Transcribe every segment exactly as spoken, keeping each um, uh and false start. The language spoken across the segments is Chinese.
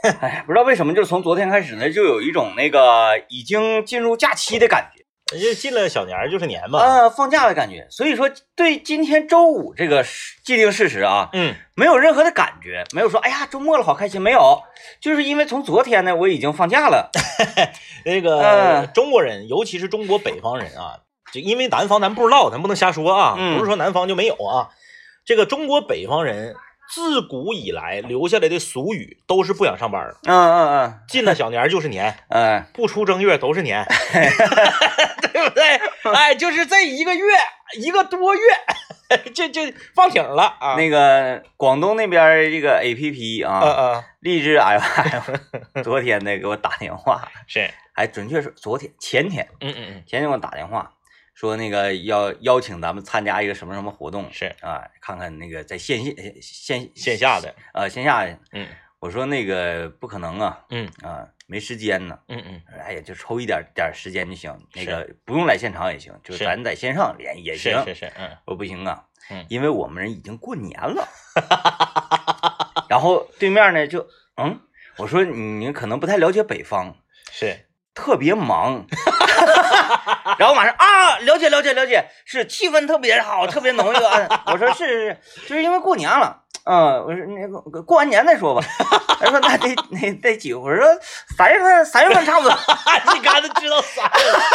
哎，不知道为什么，就是从昨天开始呢，就有一种那个已经进入假期的感觉。 就进了小年就是年嘛， 呃，放假的感觉。所以说，对今天周五这个既定事实啊， 嗯， 没有任何的感觉，没有说哎呀周末了好开心，没有，就是因为从昨天呢我已经放假了。 那个、呃、中国人，尤其是中国北方人啊，就因为南方咱不知道，咱不能瞎说啊， 嗯、 不是说南方就没有啊。这个中国北方人自古以来留下来的俗语都是不想上班。 嗯嗯嗯， 进了小年就是年， 嗯， 不出正月都是年。对不对？哎，就是这一个月一个多月，这这放挺了啊。 那个广东那边这个 A P P 啊， 嗯嗯， 励志 F M， 昨天呢给我打电话， 是， 还准确是昨天前天， 嗯嗯嗯， 前天给我打电话说那个要邀请咱们参加一个什么什么活动， 是啊， 看看那个在线线线线下的， 呃线下的， 嗯， 我说那个不可能啊， 嗯啊没时间呢， 嗯嗯， 哎呀就抽一点点时间就行，那个不用来现场也行，就咱在线上连也行， 是是是，嗯， 我不行啊， 嗯， 因为我们人已经过年了，然后对面呢就嗯，我说你可能不太了解北方， 是特别忙。然后马上啊，了解了解了解，是气氛特别好，特别浓郁啊。我说是是，就是因为过年了，嗯，我说那个过完年再说吧。他说那得那得几？我说三月份，三月份差不多。 你刚才知道三月份？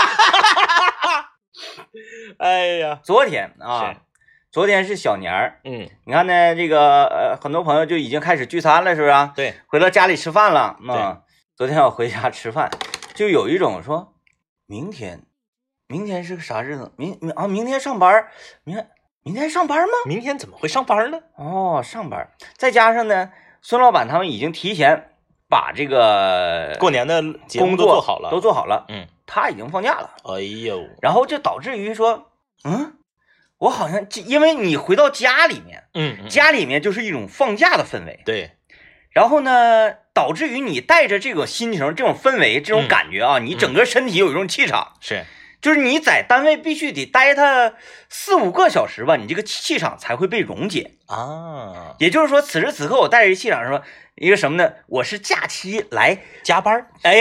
哎呀， 昨天啊，昨天是小年儿， 嗯， 你看呢，这个呃，很多朋友就已经开始聚餐了，是不是啊？ 对， 回到家里吃饭了。嗯，昨天我回家吃饭，就有一种说，明天。明天是个啥日子？明明啊，明天上班，明天明天上班吗？ 明天怎么会上班呢？ 哦，上班。再加上呢，孙老板他们已经提前把这个过年的工作都做好了， 都做好了。 嗯， 他已经放假了。 哎呦， 然后就导致于说，嗯，我好像因为你回到家里面， 嗯，嗯家里面就是一种放假的氛围。 对。 然后呢，导致于你带着这种心情、这种氛围、这种感觉啊， 嗯、 你整个身体有一种气场。 是。 就是你在单位必须得待它四五个小时吧，你这个气场才会被溶解啊。 也就是说，此时此刻我带着气场说一个什么呢？我是假期来加班， 哎，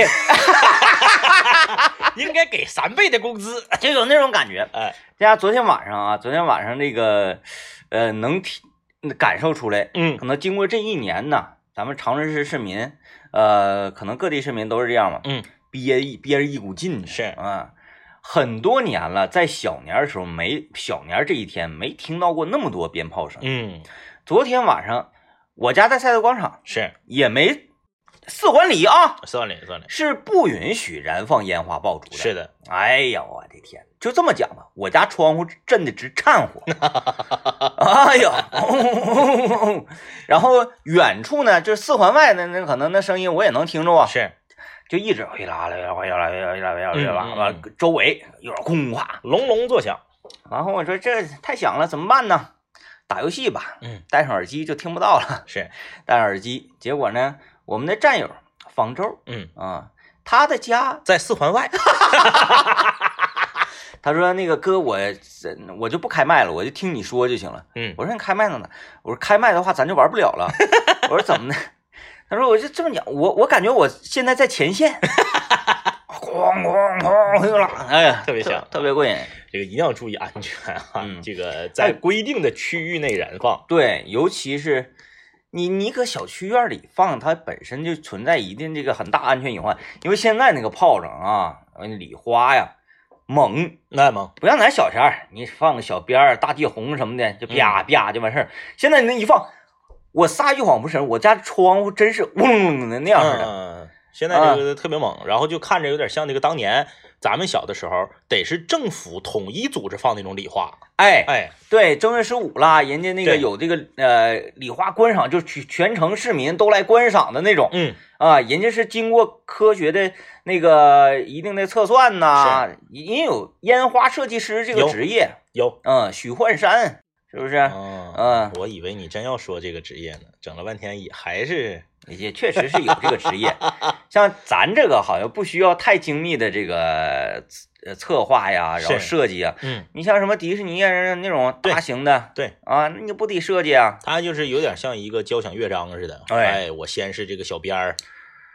应该给三倍的工资， 就有那种感觉。 哎， 大家昨天晚上啊，昨天晚上那个呃，能体感受出来， 嗯， 可能经过这一年呢，咱们长春市市民，呃，可能各地市民都是这样嘛， 嗯， 憋一憋着一股劲， 是啊。很多年了，在小年的时候没小年这一天没听到过那么多鞭炮声。 嗯， 昨天晚上我家在赛德广场， 是也没四环里啊， 四环里四环里是不允许燃放烟花爆竹的。 是的， 哎呀，我的天，就这么讲吧，我家窗户震的直颤火。哎呀，然后远处呢，就是四环外的那可能那声音我也能听着啊。 是。 就一直回啦啦啦啦啦啦啦啦啦啦，周围有点轰哗， 隆隆作响。 然后我说这太响了，怎么办呢？打游戏吧， 嗯， 戴上耳机就听不到了。 是， 戴上耳机，结果呢，我们的战友方舟， 嗯啊，他的家在四环外。 他说那个哥，我我就不开麦了，我就听你说就行了。 嗯， 我说你开麦呢？我说开麦的话咱就玩不了了。我说怎么呢？他说：“我就这么讲，我我感觉我现在在前线，哐哐哐又拉，哎呀， 特别响， 特别过瘾。 这个一定要注意安全啊！ 嗯、 这个在规定的区域内燃放。 对，尤其是你你搁小区院里放，它本身就存在一定这个很大安全隐患。因为现在那个炮仗啊，礼花呀，猛那猛， 不像咱小前儿，你放个小鞭儿、大地红什么的，就啪啪就完事儿。现在你那一放。”我撒一谎不是，我家窗户真是嗡嗡嗡的那样似的。 嗯，现在这个特别猛，嗯、然后就看着有点像那个当年咱们小的时候，得是政府统一组织放那种礼花。 哎哎， 对，正月十五啦，人家那个有这个呃礼花观赏，就全城市民都来观赏的那种。 嗯啊，人家是经过科学的那个一定的测算呐，人有烟花设计师这个职业。 有， 嗯，许幻山。是不是？ 嗯、 嗯， 我以为你真要说这个职业呢，整了半天也还是也确实是有这个职业。 像咱这个好像不需要太精密的这个呃策划呀，然后设计啊。 嗯， 你像什么迪士尼啊那种大型的， 对啊，那你不得设计啊？ 它就是有点像一个交响乐章似的。 哎， 哎我先是这个小鞭儿，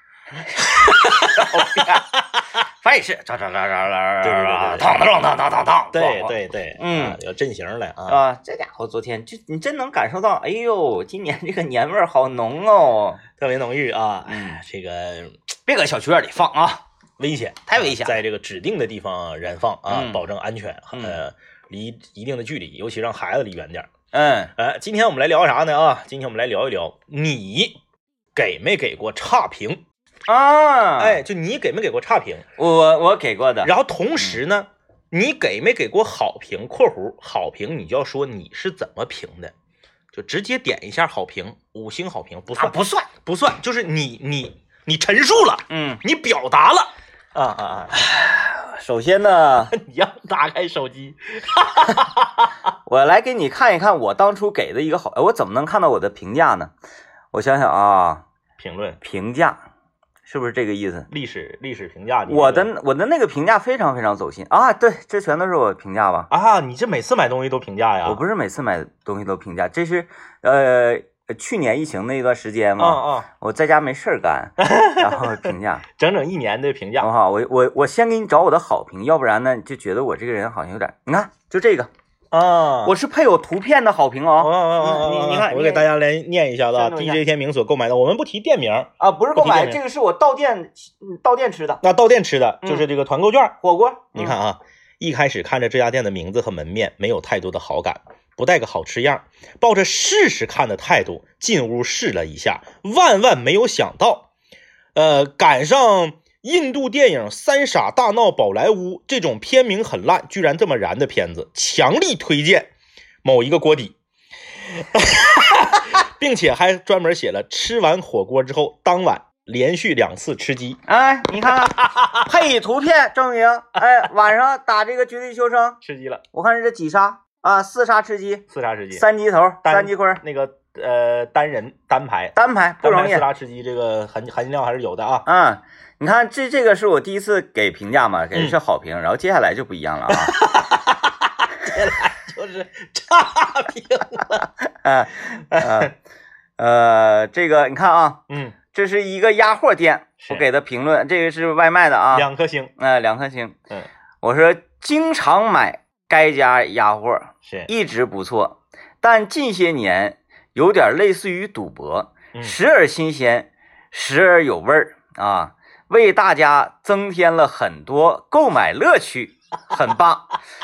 小鞭儿。反正是，喳喳喳喳喳， 对对对， 当当当当当当， 对对对， 嗯， 要阵型了啊啊！这家伙昨天就你真能感受到，哎呦，今年这个年味儿好浓哦， 特别浓郁啊！ 嗯， 这个别搁小区院里放啊， 危险， 太危险， 在这个指定的地方燃放啊， 嗯、 保证安全，呃，离一定的距离，尤其让孩子离远点。 嗯， 呃，今天我们来聊啥呢？啊，今天我们来聊一聊你给没给过差评。 啊， 哎，就你给没给过差评？ 我我给过的。 然后同时呢，嗯、你给没给过好评？（括弧好评）你就要说你是怎么评的，就直接点一下好评，五星好评不算， 啊、不算， 不算，就是你你你陈述了， 嗯， 你表达了，啊啊啊！ 首先呢， 你要打开手机， 我来给你看一看我当初给的一个好，我怎么能看到我的评价呢？我想想啊， 评论评价。是不是这个意思？ 历史历史评价， 我的我的那个评价非常非常走心啊！对，这全都是我评价吧？ 啊，你这每次买东西都评价呀？ 我不是每次买东西都评价，这是呃去年疫情那一段时间嘛， 啊啊， 我在家没事儿干，然后评价， 整整一年的评价。 我好，我我我先给你找我的好评，要不然呢就觉得我这个人好像有点，你看就这个。 啊， 我是配有图片的好评哦。 哦哦哦， 你你看， 我给大家来念一下子啊 ，D J 天明所购买的，我们不提店名啊，不是购买，这个是我到店到店吃的。 那到店吃的就是这个团购券火锅。 你看啊，一开始看着这家店的名字和门面，没有太多的好感，不带个好吃样，抱着试试看的态度进屋试了一下，万万没有想到，呃，赶上印度电影《三傻大闹宝莱坞》这种片名很烂居然这么燃的片子，强力推荐某一个锅底并且还专门写了吃完火锅之后当晚连续两次吃鸡。 哎，你看看配图片证明，哎，晚上打这个绝地求生吃鸡了。 我看是几杀啊？四杀吃鸡， 四杀吃鸡， 三鸡头，三鸡盔， 那个呃单人单排单排不容易， 四杀吃鸡这个含含金量还是有的啊。 嗯。你看这这个是我第一次给评价嘛，给的是好评，嗯、然后接下来就不一样了啊， 接下来就是差评了。 呃呃呃，这个你看啊， 嗯， 这是一个鸭货店，我给的评论，这个是外卖的啊， 两颗星， 呃，两颗星。 嗯， 我说经常买该家鸭货， 是一直不错，但近些年有点类似于赌博， 嗯、 时而新鲜，时而有味儿啊。为大家增添了很多购买乐趣，很棒。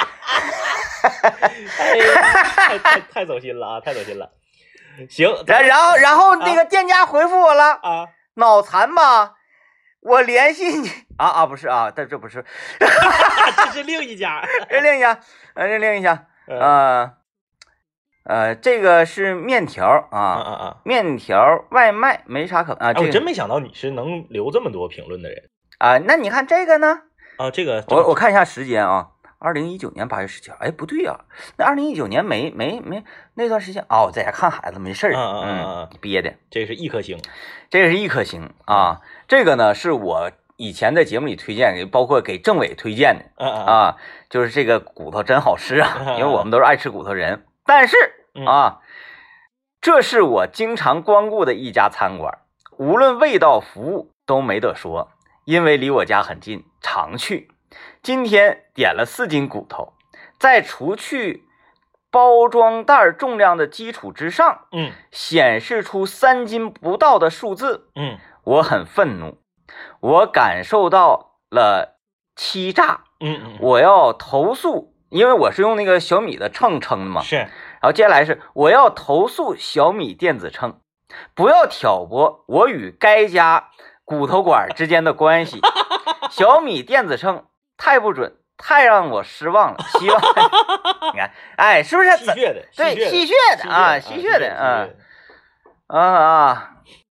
太太太走心了啊！太走心了。行， 然然后然后那个店家回复我了啊， 脑残吧，我联系你啊啊不是啊，但这不是， 这是另一家， 这另一家，呃这另一家，呃呃这个是面条啊啊啊， 面条外卖没啥可啊，这个我真没想到你是能留这么多评论的人啊。那你看这个呢？ 啊，这个我我看一下时间啊。二零一九年八月十七号，哎，不对呀、啊，那二零一九年没没没那段时间哦，在家看孩子没事儿， 嗯嗯嗯，憋的。 这是一颗星， 这个是一颗星啊。这个呢是我以前在节目里推荐给，包括给政委推荐的， 嗯嗯啊，就是这个骨头真好吃啊，因为我们都是爱吃骨头人。但是啊，这是我经常光顾的一家餐馆，无论味道服务都没得说，因为离我家很近，常去。今天点了四斤骨头，在除去包装袋重量的基础之上， 嗯， 显示出三斤不到的数字， 嗯， 我很愤怒，我感受到了欺诈， 嗯嗯， 我要投诉，因为我是用那个小米的秤称的嘛， 是， 然后接下来是我要投诉小米电子秤，不要挑拨我与该家骨头馆之间的关系，小米电子秤太不准，太让我失望了。希望你看，哎，是不是戏谑的？ 对，戏谑的啊，戏谑的啊啊啊！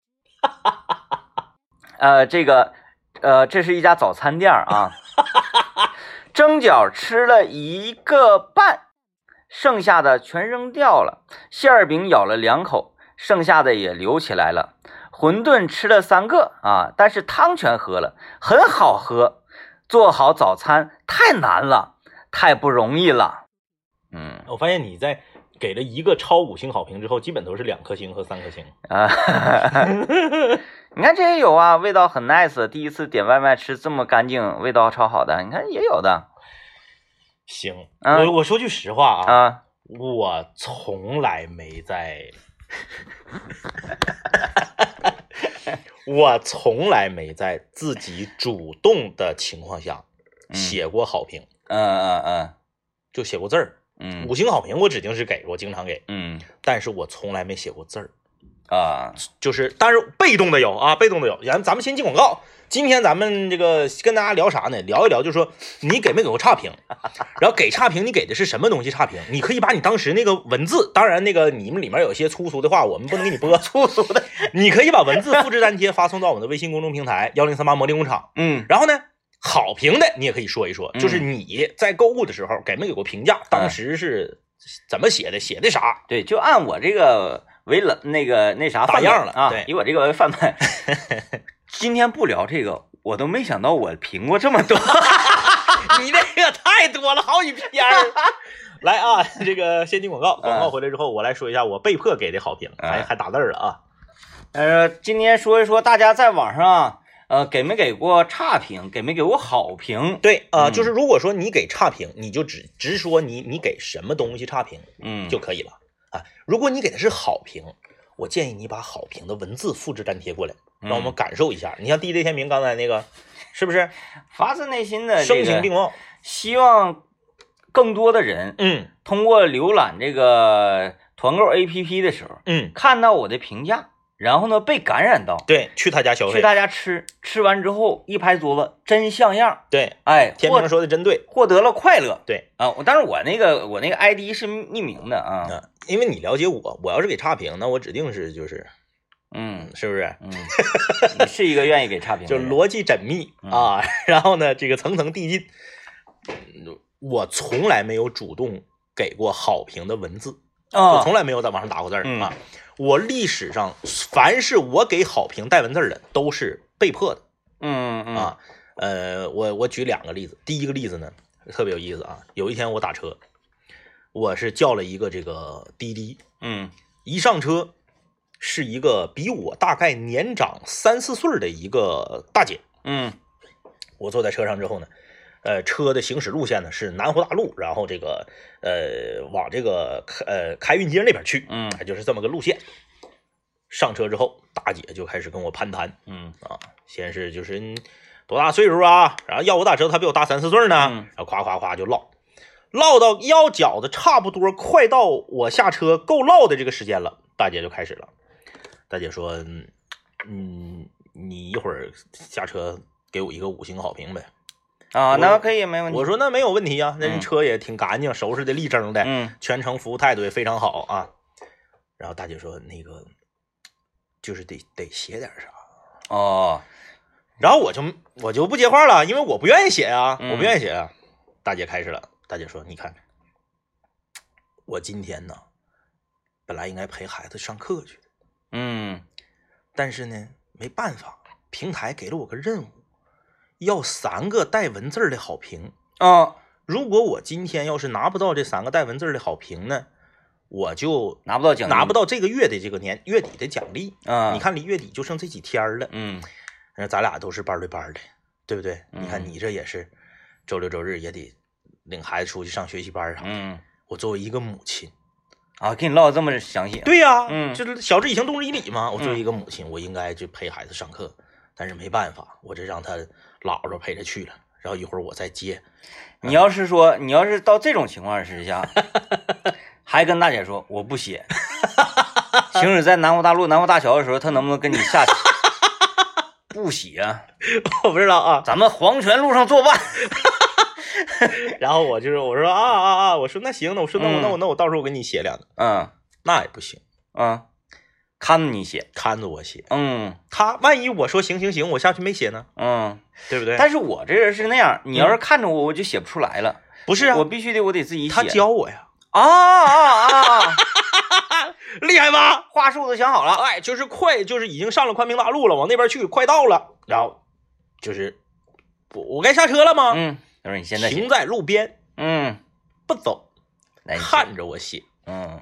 呃，这个呃，这是一家早餐店啊。蒸饺吃了一个半，剩下的全扔掉了。馅儿饼咬了两口，剩下的也留起来了。 馄饨吃了三个啊，但是汤全喝了，很好喝。做好早餐太难了，太不容易了。嗯， 我发现你在给了一个超五星好评之后，基本都是两颗星和三颗星啊。你看这也有啊，味道很 nice， 第一次点外卖吃这么干净，味道超好的，你看也有的。 行， 啊、 我我说句实话啊， 啊我从来没在，我从来没在自己主动的情况下写过好评。 嗯嗯嗯， 就写过字儿。 嗯， 五星好评我指定是给，我经常给。 嗯， 但是我从来没写过字儿啊， 就是但是被动的有啊，被动的有。咱咱们先进广告。今天咱们这个跟大家聊啥呢？聊一聊，就是说你给没给过差评，然后给差评，你给的是什么东西差评？你可以把你当时那个文字，当然那个你们里面有些粗俗的话，我们不能给你播粗俗的，你可以把文字复制粘贴发送到我们的微信公众平台幺零三八魔力工厂。 嗯， 然后呢，好评的你也可以说一说，就是你在购物的时候给没给过评价，当时是怎么写的，写的啥？ 对，就按我这个为了那个那啥打样了啊， 对， 以我这个为范本。今天不聊这个，我都没想到我评过这么多。 你这个太多了，好几篇儿。来啊，这个先进广告，广告回来之后，我来说一下我被迫给的好评，还还打字了啊。 呃，今天说一说大家在网上呃给没给过差评，给没给过好评？ 对啊、呃嗯，就是如果说你给差评，你就只直说你你给什么东西差评， 嗯， 就可以了啊。如果你给的是好评，我建议你把好评的文字复制粘贴过来，让我们感受一下。你像地雷天明刚才那个，是不是发自内心的声情并茂， 希望更多的人， 嗯， 通过浏览这个团购 A P P 的时候， 嗯， 看到我的评价，然后呢被感染到， 对，去他家消费， 去他家吃，吃完之后一拍桌子，真像样， 对， 哎， 天明说的真对， 获得了快乐， 对啊，我但是我那个我那个 I D 是匿名的啊， 啊，因为你了解我，我要是给差评，那我指定是就是。 嗯， 是不是？ 嗯，你是一个愿意给差评的人，就逻辑缜密啊。嗯、然后呢，这个层层递进。我从来没有主动给过好评的文字， 哦、 我从来没有在网上打过字儿、 嗯、 啊。我历史上凡是我给好评带文字的，都是被迫的。 嗯嗯啊，呃，我我举两个例子。第一个例子呢，特别有意思啊。有一天我打车，我是叫了一个这个滴滴， 嗯， 一上车。是一个比我大概年长三四岁的一个大姐， 嗯， 我坐在车上之后呢，呃，车的行驶路线呢是南湖大路，然后这个呃往这个呃开运街那边去， 嗯， 就是这么个路线。上车之后，大姐就开始跟我攀谈， 嗯啊，先是就是你多大岁数啊，然后要我打车，她比我大三四岁呢， 嗯、 然后夸夸夸就唠，唠到腰脚的差不多快到我下车够唠的这个时间了，大姐就开始了。大姐说：“嗯，你一会儿下车给我一个五星好评呗。” 啊，那可以，没问题。 我说那没有问题啊，那车也挺干净，收拾的立正的， 嗯， 全程服务态度也非常好啊。然后大姐说：“那个就是得得写点啥哦。” 然后我就我就不接话了，因为我不愿意写啊， 嗯、 我不愿意写啊。大姐开始了，大姐说：“你看，我今天呢，本来应该陪孩子上课去的。” 嗯， 但是呢，没办法，平台给了我个任务，要三个带文字的好评啊、哦。 如果我今天要是拿不到这三个带文字的好评呢，我就拿不到奖励， 拿不到这个月的这个年月底的奖励啊。 你看离月底就剩这几天了， 嗯， 咱俩都是班对班的，对不对？ 嗯、 你看你这也是周六周日也得领孩子出去上学习班啥的。 嗯， 我作为一个母亲。 啊，给你唠这么详细？ 对呀、啊， 嗯， 就是晓之以情，动之以理嘛。我作为一个母亲，嗯、我应该去陪孩子上课，但是没办法，我这让他姥姥陪着去了，然后一会儿我再接。 你要是说，你要是到这种情况之下，还跟大姐说我不写，行驶在南湖大路、南湖大桥的时候，他能不能跟你下去？不写啊， 我不知道啊， 咱们黄泉路上作伴。 然后我就是我说啊啊啊，我说那行，那我说那我、嗯、那我那我到时候我给你写两个， 嗯， 那也不行， 嗯，看着你写， 看着我写， 嗯， 他万一我说行行行，我下去没写呢， 嗯， 对不对？ 但是我这人是那样，你要是看着我，我就写不出来了， 不是啊， 我必须得我得自己写， 他教我呀， 啊啊啊！ 厉害吧？ 话术都想好了， 哎，就是快，就是已经上了宽平大路了，往那边去，快到了。然后就是我我该下车了吗？ 嗯，他说你现在停在路边， 嗯， 不走，看着我写。 嗯，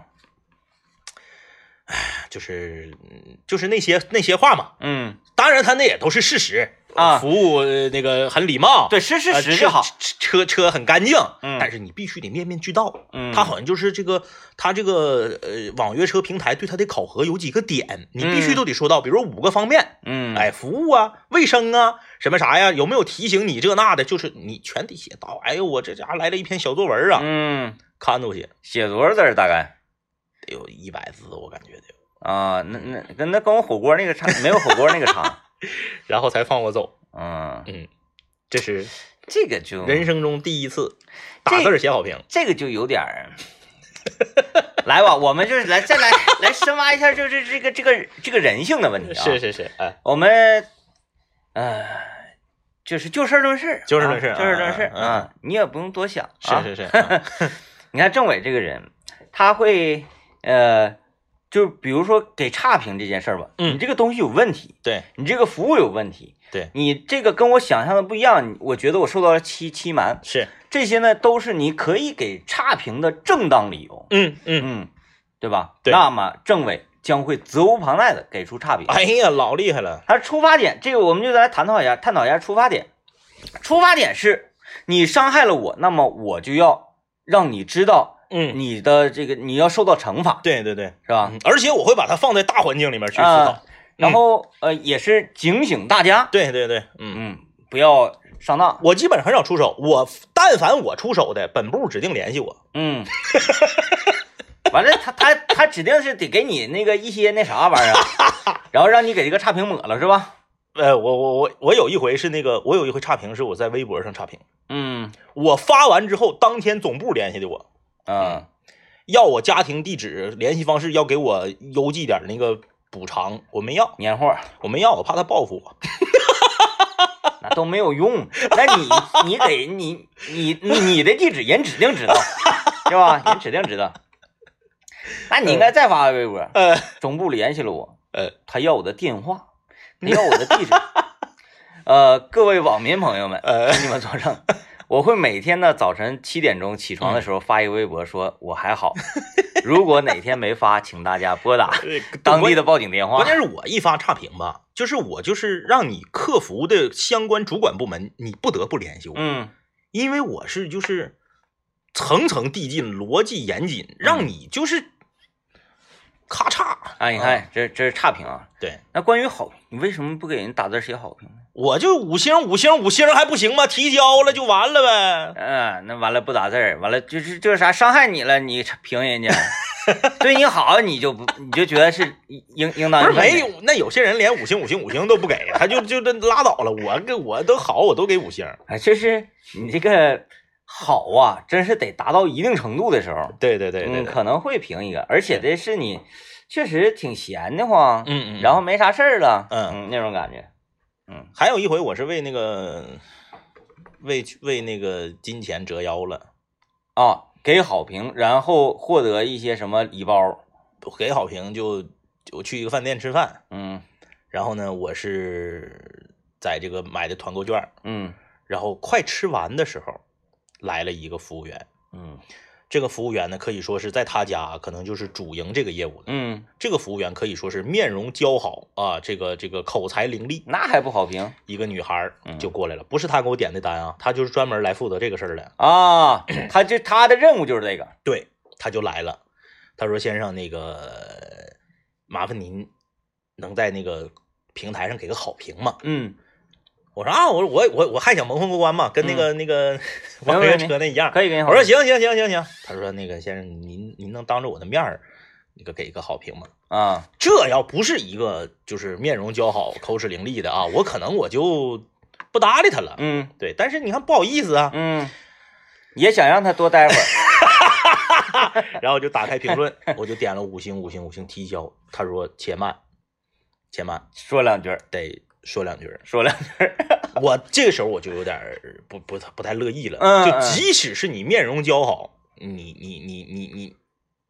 就是就是那些那些话嘛。 嗯， 当然他那也都是事实啊， 服务那个很礼貌， 对，是事实就好， 车车很干净， 嗯， 但是你必须得面面俱到。 嗯， 他好像就是这个他这个呃网约车平台对他的考核有几个点，你必须都得说到，比如说五个方面， 嗯， 哎，服务啊，卫生啊，什么啥呀，有没有提醒你这那的，就是你全得写到。哎呦，我这家伙来了一篇小作文啊， 嗯， 看都写， 写多少字大概得有一百字，我感觉得有啊，那那跟那跟我火锅那个差，没有火锅那个长， 然后才放我走。 嗯嗯，这是这个就人生中第一次打字写好评， 这个就有点儿。来吧，我们就是来再来来深挖一下，就是这个这个这个人性的问题啊。 是是是，哎， 我们呃，就是就事论事， 就事论事， 就事论事啊， 啊，你也不用多想。 是是是， 你看政委这个人，他会呃。就比如说给差评这件事儿吧， 嗯， 你这个东西有问题， 对你这个服务有问题， 对你这个跟我想象的不一样，我觉得我受到了欺欺瞒， 是这些呢都是你可以给差评的正当理由， 嗯嗯嗯，对吧？ 对， 那么政委将会责无旁贷的给出差评。 哎呀，老厉害了！ 他出发点，这个我们就来探讨一下，探讨一下出发点。出发点是你伤害了我，那么我就要让你知道。 嗯， 你的这个你要受到惩罚， 对对对， 是吧？ 嗯、而且我会把它放在大环境里面去思考， 呃、然后、嗯、呃也是警醒大家， 对对对， 嗯嗯，不要上当。 我基本上很少出手，我但凡我出手的，本部指定联系我。 嗯，完了他他他指定是得给你那个一些那啥玩意儿，然后让你给这个差评抹了，是吧？ 呃，我我我我有一回是那个，我有一回差评是我在微博上差评， 嗯， 我发完之后，当天总部联系的我。 嗯， 要我家庭地址、联系方式，要给我邮寄点那个补偿，我没要年货， 我没要，我怕他报复我， 那都没有用。那你你给你你你的地址人指定知道，是吧？人指定知道。那你应该再发个微博， 呃， 总部联系了我， 呃， 他要我的电话，他要我的地址。呃，各位网民朋友们， 呃， 你们作证。我会每天呢早晨七点钟起床的时候发一个微博，说我还好。如果哪天没发，请大家拨打当地的报警电话。 关键是我一发差评吧，就是我就是让你客服的相关主管部门，你不得不联系我。 嗯， 因为我是就是层层递进，逻辑严谨，让你就是咔嚓。 啊，你看这这是差评啊。 对， 那关于好评，你为什么不给人打字写好评呢？ 我就五星五星五星还不行吗？提交了就完了呗。 嗯，那完了不打字儿，完了就是就是啥伤害你了，你评人家，对你好你就不你就觉得是应应当。 不是没有，那有些人连五星五星五星都不给，他就就这拉倒了。我给我都好，我都给五星。 哎，就是你这个好啊，真是得达到一定程度的时候， 对对对对， 嗯，可能会评一个，而且这是你确实挺闲的慌， 嗯嗯， 然后没啥事儿了， 嗯嗯，那种感觉。嗯， 还有一回我是为那个为为那个金钱折腰了啊，给好评，然后获得一些什么礼包， 给好评就我去一个饭店吃饭， 嗯， 然后呢，我是在这个买的团购券， 嗯， 然后快吃完的时候来了一个服务员， 嗯。 这个服务员呢，可以说是在他家可能就是主营这个业务的。 嗯， 这个服务员可以说是面容姣好啊，这个这个口才伶俐， 那还不好评。 一个女孩就过来了，嗯、不是他给我点的单啊，他就是专门来负责这个事儿的啊。他就他的任务就是这个， 对，他就来了。他说：“先生，那个麻烦您能在那个平台上给个好评吗？” 嗯。 我说啊，我我我我还想蒙混过关嘛，跟那个、嗯、那个网约车那一样， 可以给你好。 我说行行行行行，他说那个先生，您您能当着我的面儿，那个给个好评吗？ 啊， 这要不是一个就是面容姣好、口齿伶俐的啊，我可能我就不搭理他了。 嗯， 对，但是你看不好意思啊， 嗯，也想让他多待会儿， 然后我就打开评论，我就点了五星五星五星提交，他说且慢，且慢， 说两句得。说两句， 说两句， 我这个时候我就有点不不不太乐意了。 嗯， 就即使是你面容姣好，你你你你你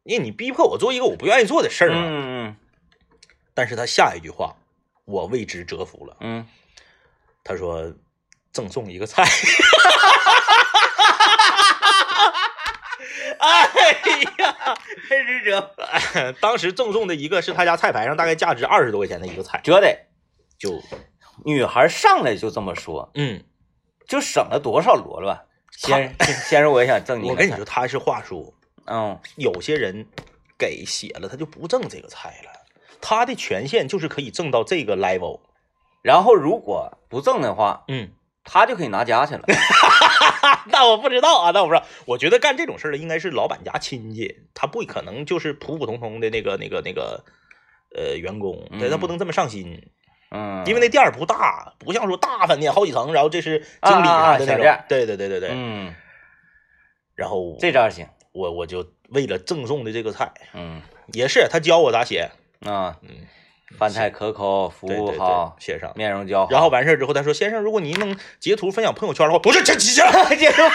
因为你逼迫我做一个我不愿意做的事儿嘛。 嗯嗯但是他下一句话，我为之折服了。 嗯， 他说赠送一个菜。哎呀， 为之折， 当时赠送的一个是他家菜牌上大概价值二十多块钱的一个菜， 折得就女孩上来就这么说， 嗯， 就省了多少罗乱。先先生，我也想赠你。 我跟你说，他是话术。 嗯， 有些人给写了，他就不赠这个菜了。他的权限就是可以赠到这个 level， 然后如果不赠的话， 嗯， 他就可以拿家去了。 那我不知道啊，那我不知道。我觉得干这种事儿的应该是老板家亲戚，他不可能就是普普通通的那个那个那个呃员工，对，他不能这么上心。 嗯， 因为那店儿不大，不像说大饭店好几层，然后这是经理啥的那种。 啊啊啊对对对对对。 嗯， 然后这招行。 我我就为了赠送的这个菜， 嗯， 也是他教我咋写啊， 嗯， 饭菜可口，服务好， 写上， 面容姣好。 然后完事儿之后，他说：“先生，如果您能截图分享朋友圈的话，不是这截截图，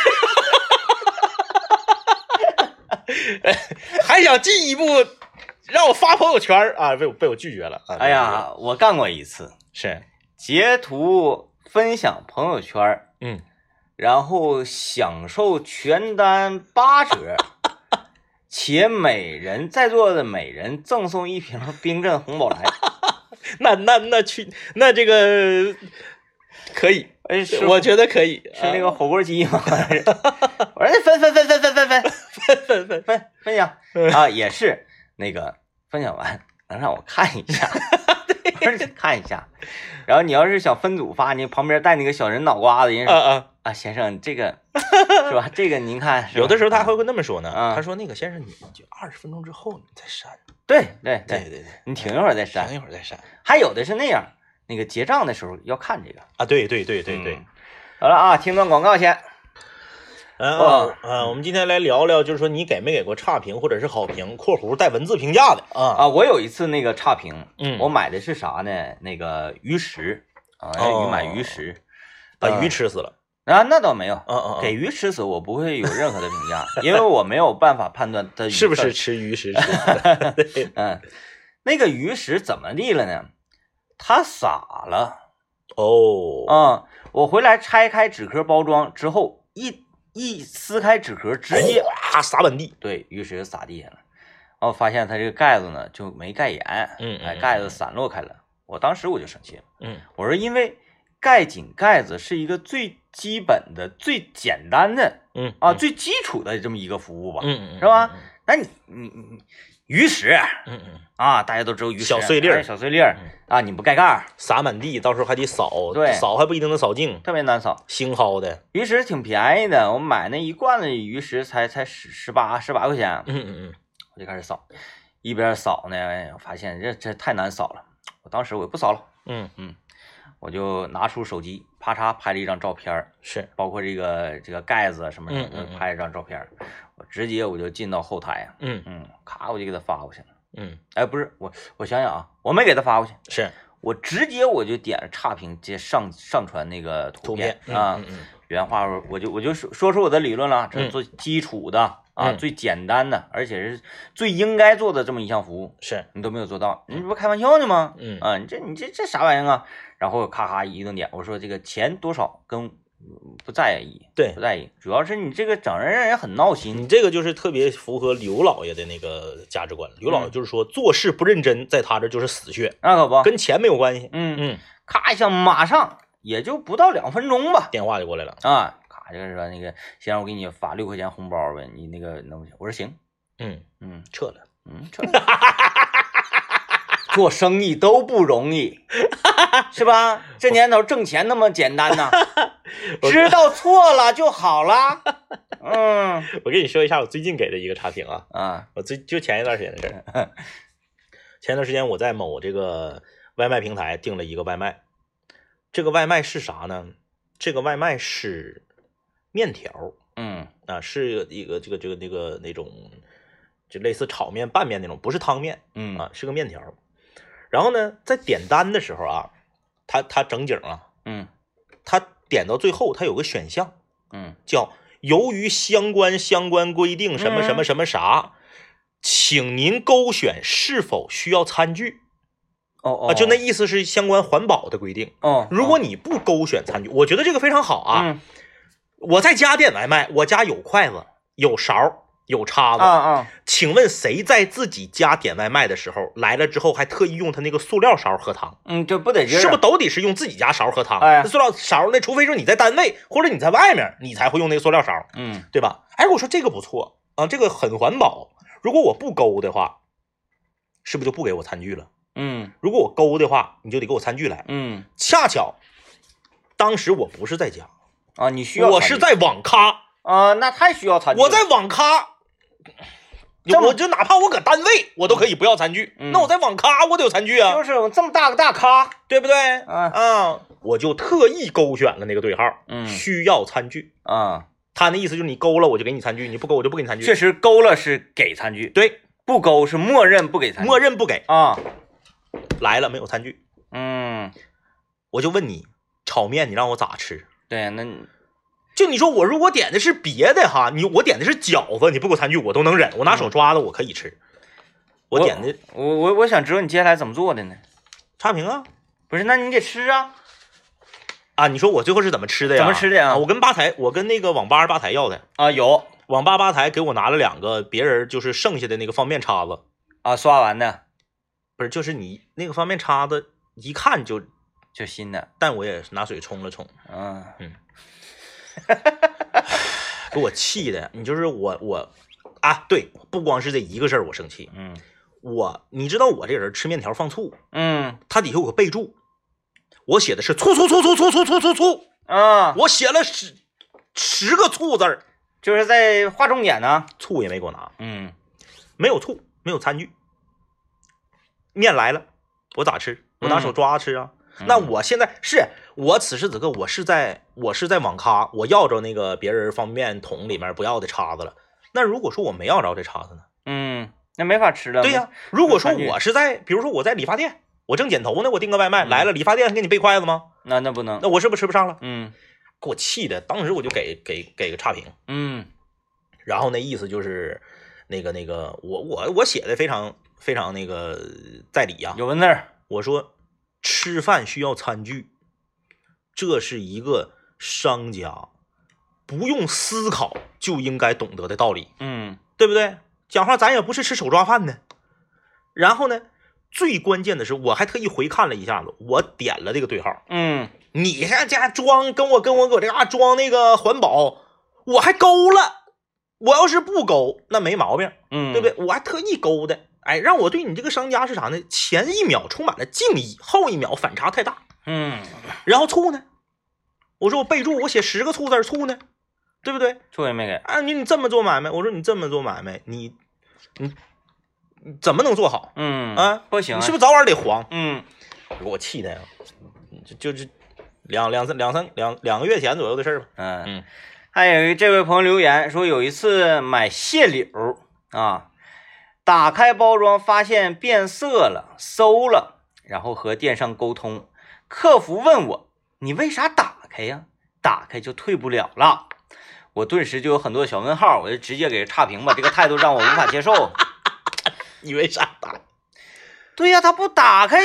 还想进一步让我发朋友圈啊？被我被我拒绝了啊！ 哎呀，我干过一次， 是截图分享朋友圈， 嗯， 然后享受全单八折。”且每人在座的每人赠送一瓶冰镇红宝来， 那那那去那这个可以， 哎，是我觉得可以， 是那个火锅鸡吗？我说分分分分分分分分分分分分享啊，也是那个分享完能让我看一下，我说看一下，然后你要是想分组发，你旁边带那个小人脑瓜子，人说啊啊啊，先生这个是吧？这个您看， 有的时候他还会那么说呢， 啊、 他说那个先生，你就二十分钟之后你再删。 对对对对对， 你停一会儿再删， 停一会儿再删。 还有的是那样，那个结账的时候要看这个啊，对对对对对。 嗯、好了啊，听段广告先。 嗯啊啊，我们今天来聊聊，就是说你给没给过差评或者是好评（括弧带文字评价的）啊啊，我有一次那个差评， 嗯， 我买的是啥呢？那个鱼食啊，让鱼买鱼食， 把鱼吃死了。 啊，那倒没有， 嗯嗯， 给鱼吃死我不会有任何的评价，因为我没有办法判断它是不是吃鱼食吃的。 嗯，那个鱼食怎么地了呢？它洒了。 哦， 啊、嗯，我回来拆开纸壳包装之后，一一撕开纸壳，直接啊洒满地。 对，鱼食洒地下了。然后发现它这个盖子呢就没盖严， 嗯， 哎，盖子散落开了。我当时我就生气了， 嗯， 我说因为盖紧盖子是一个最基本的、最简单的， 嗯啊，最基础的这么一个服务吧， 嗯， 是吧？那你你你鱼食， 嗯嗯啊，大家都知道鱼食， 小碎粒儿， 小碎粒儿啊，你不盖盖， 撒满地，到时候还得扫， 对， 扫还不一定能扫净， 特别难扫。 腥薅的鱼食挺便宜的，我买那一罐子鱼食才才十十八十八块钱， 嗯嗯嗯， 我就开始扫，一边扫呢，我发现这这太难扫了，我当时我也不扫了， 嗯嗯。我就拿出手机，啪嚓拍了一张照片， 是包括这个这个盖子什么的， 嗯嗯拍了一张照片，我直接我就进到后台， 嗯嗯，咔我就给他发过去了， 嗯， 哎，不是我我想想啊，我没给他发过去， 是我直接我就点了差评，直接上上传那个图片啊， 嗯嗯， 原话我就我就说说出我的理论了，这是最基础的啊， 嗯最简单的，而且是最应该做的这么一项服务， 是你都没有做到，你不开玩笑呢吗？ 嗯啊，你这你这这啥玩意儿啊？然后咔咔一顿点，我说这个钱多少跟不在意， 对， 不在意，主要是你这个整人让人很闹心。 你这个就是特别符合刘老爷的那个价值观。刘老爷就是说，做事不认真，在他这就是死穴， 那可不， 跟钱没有关系。 嗯嗯， 咔一下，马上也就不到两分钟吧， 电话就过来了啊，咔就是说那个先让我给你发六块钱红包呗，你那个能不行？我说行， 嗯嗯， 撤了， 嗯撤了。做生意都不容易，是吧？这年头挣钱那么简单呐，知道错了就好了。嗯， 我跟你说一下我最近给的一个差评啊啊， 我最就前一段时间的事儿。前一段时间我在某这个外卖平台订了一个外卖，这个外卖是啥呢？这个外卖是面条， 嗯啊，是一个这个这个那个那种就类似炒面拌面那种，不是汤面， 嗯啊，是个面条。然后呢，在点单的时候啊，他他整景啊， 嗯， 他点到最后，他有个选项， 嗯， 叫由于相关相关规定什么什么什么啥， 请您勾选是否需要餐具。 哦哦， 啊，就那意思是相关环保的规定。 哦， 如果你不勾选餐具，我觉得这个非常好啊。 嗯， 我在家点外卖，我家有筷子、有勺、有叉子。 啊啊， 请问谁在自己家点外卖的时候来了之后还特意用他那个塑料勺喝汤？ 嗯，就不得劲儿啊， 是不是都得是用自己家勺喝汤？ 哎那塑料勺那除非说你在单位或者你在外面，你才会用那个塑料勺， 嗯， 对吧？哎，我说这个不错啊，这个很环保。如果我不勾的话，是不是就不给我餐具了？ 嗯如果我勾的话，你就得给我餐具来。 嗯， 恰巧当时我不是在家啊，你需要我是在网咖啊，那太需要餐具了。 我在网咖，我就哪怕我搁单位，我都可以不要餐具。 嗯、 那我在网咖，我得有餐具啊， 就是这么大个大咖， 对不对？ 啊啊，我就特意勾选了那个对号， 嗯， 需要餐具啊。 他那意思就是你勾了我就给你餐具，你不勾我就不给你餐具。 确实勾了是给餐具， 对， 不勾是默认不给餐具， 默认不给啊。 来了没有餐具， 嗯， 我就问你，炒面你让我咋吃？ 对，那就你说我如果点的是别的哈，你我点的是饺子，你不给我餐具我都能忍，我拿手抓的我可以吃。我点的， 我我我想知道你接下来怎么做的呢？ 差评啊， 不是，那你得吃啊。 啊，你说我最后是怎么吃的呀？ 怎么吃的呀？ 啊、我跟吧台，我跟那个网吧吧台要的啊，有网吧吧台给我拿了两个别人就是剩下的那个方便叉子啊，刷完的， 不是，就是你那个方便叉子一看就就新的， 但我也拿水冲了冲， 嗯嗯，给我气的，你就是我我啊，对，不光是这一个事儿我生气， 嗯， 我你知道我这人吃面条放醋， 嗯， 它底下有个备注。我写的是醋醋醋醋醋醋醋醋醋啊， 我写了十十个醋字儿， 就是在划重点呢。 醋也没给我拿， 嗯， 没有醋，没有餐具，面来了，我咋吃？我拿手抓吃啊。 嗯、 那我现在是我此时此刻我是在我是在网咖，我要着那个别人方便面桶里面不要的叉子了。那如果说我没要着这叉子呢？ 嗯，那没法吃了。 对呀、啊，如果说我是在，比如说我在理发店。我正剪头呢，我订个外卖、嗯、来了，理发店给你备筷子吗？ 那那不能， 那我是不是吃不上了？ 嗯， 给我气的，当时我就给给给个差评， 嗯， 然后那意思就是那个那个我我我写的非常非常那个在理呀、啊， 有文字儿， 我说吃饭需要餐具，这是一个商家不用思考就应该懂得的道理， 嗯， 对不对？讲话咱也不是吃手抓饭的，然后呢？最关键的是，我还特意回看了一下子，我点了这个对号。 嗯， 你在家装跟我跟我搁这嘎装那个环保，我还勾了。我要是不勾，那没毛病， 嗯， 对不对？我还特意勾的，哎，让我对你这个商家是啥呢？前一秒充满了敬意，后一秒反差太大。 嗯， 然后醋呢？我说我备注我写十个醋字，醋呢？对不对？ 醋也没给。 啊，你你这么做买卖，我说你这么做买卖，你你。怎么能做好？ 嗯啊， 不行、啊， 你是不是早晚得黄？ 嗯， 给我气的呀！就就是两两三两三两两个月前左右的事儿吧。 嗯嗯， 还有这位朋友留言说，有一次买蟹柳啊，打开包装发现变色了，馊了，然后和店上沟通，客服问我你为啥打开呀？打开就退不了了。我顿时就有很多小问号，我就直接给差评吧，这个态度让我无法接受。 你为啥打？ 对呀、啊，他不打开，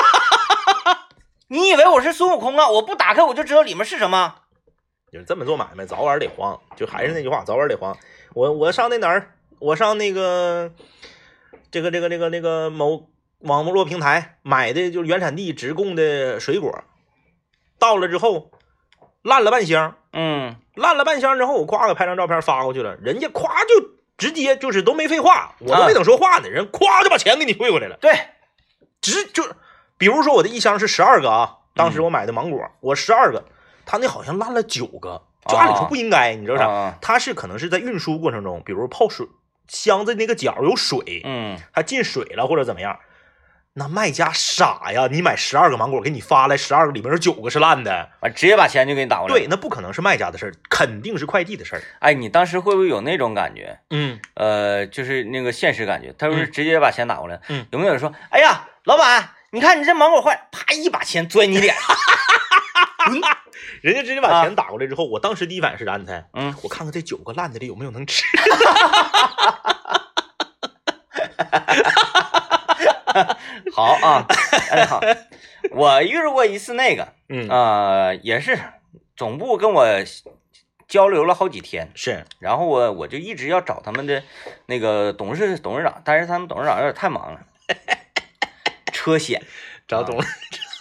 你以为我是孙悟空啊？我不打开我就知道里面是什么。 就是这么做买卖，早晚得黄。就还是那句话，早晚得黄。我我上那哪儿？我上那个这个这个这个那个某网络平台买的，就是原产地直供的水果，到了之后烂了半箱。 嗯， 烂了半箱之后，我夸给拍张照片发过去了，人家夸就。直接就是都没废话，我都没等说话呢，啊、人咵就把钱给你退回来了。 对， 直就比如说我的一箱是十二个啊，当时我买的芒果，嗯、我十二个，他那好像烂了九个，就按理说不应该，啊、你知道啥？ 啊、 他是可能是在运输过程中，比如泡水箱子那个角有水， 嗯， 它进水了或者怎么样。那卖家傻呀！你买十二个芒果，给你发来十二个，里面有九个是烂的， 啊，直接把钱就给你打过来。 对，那不可能是卖家的事儿，肯定是快递的事儿。 哎，你当时会不会有那种感觉？ 嗯， 呃，就是那个现实感觉，他不是直接把钱打过来？ 嗯， 有没有人说，哎呀，老板，你看你这芒果坏，啪一把钱钻你脸， 嗯，人家直接把钱打过来之后，啊、我当时第一反应是啥？你猜？ 嗯， 我看看这九个烂的里有没有能吃。 好啊，哎好，我遇到过一次那个， 嗯啊、呃，也是总部跟我交流了好几天， 是， 然后我我就一直要找他们的那个董事董事长，但是他们董事长有点太忙了，车险找董事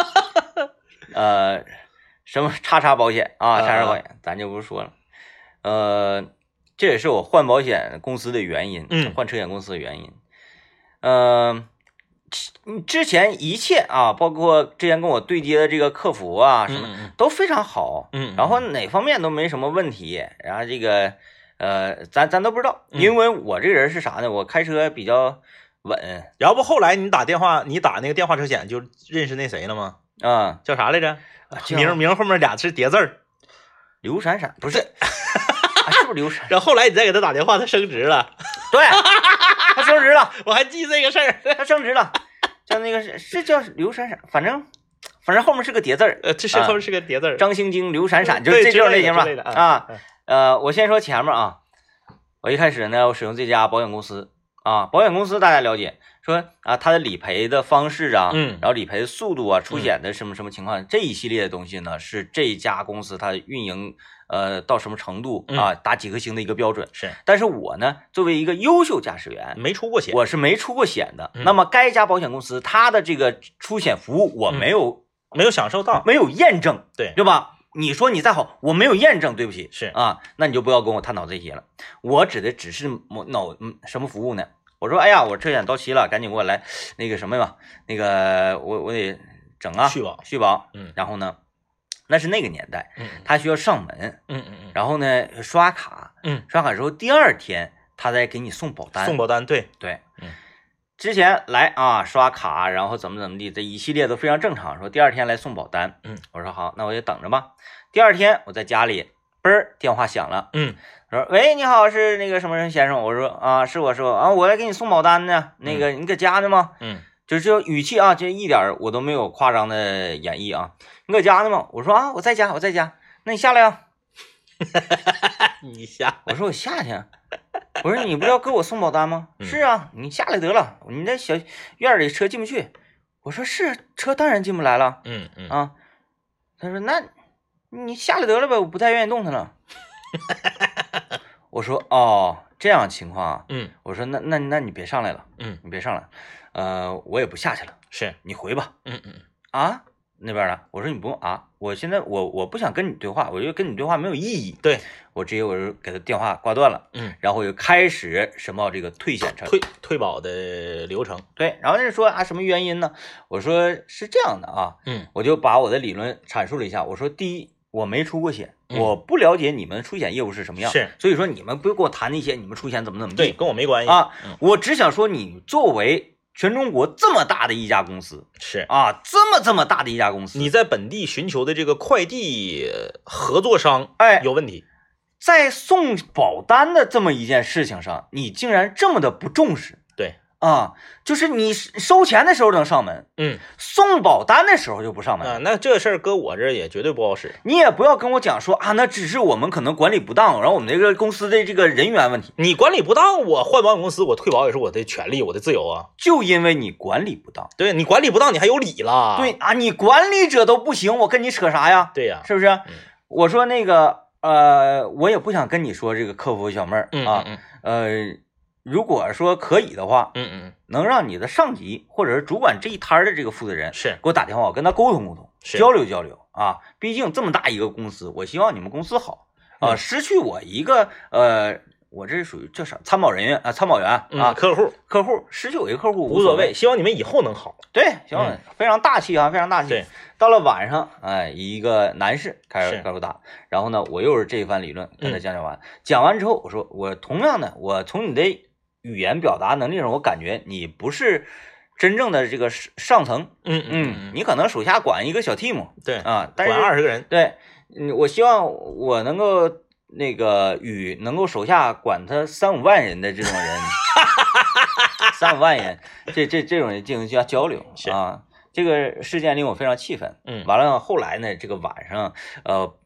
呃什么叉叉保险啊， 啊叉叉保险，咱就不说了，呃，这也是我换保险公司的原因， 嗯换车险公司的原因，呃。之前一切啊，包括之前跟我对接的这个客服啊，什么嗯嗯都非常好， 嗯， 然后哪方面都没什么问题，然后这个呃，咱咱都不知道， 嗯因为我这个人是啥呢？我开车比较稳然后不后来你打电话，你打那个电话车险就认识那谁了吗？ 啊， 叫啥来着？ 叫名名后面俩是叠字儿。 刘闪闪不是，啊是不是刘闪？ 然后后来你再给他打电话，他升职了。 对，他升职了， 我还记这个事儿。 他升职了，叫那个是是叫刘闪闪，反正反正后面是个叠字儿， 呃，这是后面是个叠字儿。 张星晶、刘闪闪，就对是这种类型吧之类的之类的啊嗯。 呃，我先说前面啊，我一开始呢，我使用这家保险公司啊，保险公司大家了解，说啊，它的理赔的方式啊， 嗯然后理赔的速度啊，出险的什么什么情况，这一系列的东西呢，是这家公司它运营呃到什么程度啊，打几颗星的一个标准。 是， 但是我呢，作为一个优秀驾驶员， 没出过险。 我是没出过险的。 嗯那么该家保险公司它的这个出险服务，我没有、 没有享受到。 没有验证， 对对吧？你说你再好，我没有验证，对不起， 是啊，那你就不要跟我探讨这些了。我指的只是某某嗯什么服务呢？我说，哎呀，我车险到期了，赶紧给我来那个什么吧，那个我我得整啊， 续保续保， 嗯然后呢，那是那个年代， 嗯他需要上门， 嗯嗯嗯然后呢刷卡， 嗯， 刷卡之后第二天他再给你送保单， 送保单，对， 对， 嗯， 之前来啊刷卡，然后怎么怎么地，这一系列都非常正常。说第二天来送保单， 嗯， 我说好，那我就等着吧。第二天我在家里，嘣儿电话响了， 嗯说喂，你好，是那个什么人先生？我说啊，是我是我啊，我来给你送保单呢。那个你搁家呢吗？ 嗯就这语气啊，就一点儿我都没有夸张的演绎啊。你搁家呢吗？我说啊，我在家，我在家。那你下来呀、 你下， 我说我下去。我说你不是要给我送保单吗？ 嗯是啊，你下来得了。你那小院里车进不去。我说是，车当然进不来了嗯嗯啊。他说那你下来得了呗，我不太愿意动弹了。我说哦，这样情况啊。 嗯我说那那那你别上来了， 嗯， 你别上来，呃，我也不下去了， 是， 你回吧。 嗯嗯啊，那边呢？我说你不用啊，我现在我我不想跟你对话，我觉得跟你对话没有意义。 对， 我直接我就给他电话挂断了， 嗯， 然后我就开始申报这个退险程序。 退退保的流程。 对，然后那说啊什么原因呢？我说是这样的啊， 嗯我就把我的理论阐述了一下。我说第一，我没出过险， 嗯我不了解你们出险业务是什么样， 是， 所以说你们不用跟我谈那些你们出险怎么怎么对， 地跟我没关系啊嗯， 我只想说你作为全中国这么大的一家公司是。 啊，这么这么大的一家公司， 你在本地寻求的这个快递合作商， 哎有问题。 在送保单的这么一件事情上，你竟然这么的不重视对， 啊！就是你收钱的时候能上门， 嗯送保单的时候就不上门。 啊，那这事儿搁我这儿也绝对不好使。 你也不要跟我讲说啊，那只是我们可能管理不当，然后我们这个公司的这个人员问题。 你管理不当，我换保险公司，我退保也是我的权利，我的自由啊。 就因为你管理不当， 对你管理不当，你还有理了。 对啊，你管理者都不行，我跟你扯啥呀？ 对呀、 是不是？我说那个呃，我也不想跟你说这个客服小妹儿嗯啊， 嗯呃，如果说可以的话， 嗯嗯能让你的上级或者是主管这一摊儿的这个负责人嗯，是给我打电话，我跟他沟通沟通， 是交流交流啊。毕竟这么大一个公司，我希望你们公司好啊。 嗯失去我一个呃，我这属于叫啥参保人员啊，参保员嗯啊， 客户客户失去我一个客户无所谓，。希望你们以后能好。 对，行， 嗯非常大气啊，非常大气。 对， 到了晚上，哎，一个男士开始是开始打，然后呢，我又是这一番理论跟他嗯讲讲完，讲完之后，我说我同样的，我从你的语言表达能力上，我感觉你不是真正的这个上上层， 嗯嗯，你可能手下管一个小 team 对， 啊，但是管二十个人。 对，嗯，我希望我能够那个与能够手下管他三五万人的这种人，三五万人，这这这种人进行交交流是啊。这个事件令我非常气愤。 嗯完了后来呢，这个晚上，呃，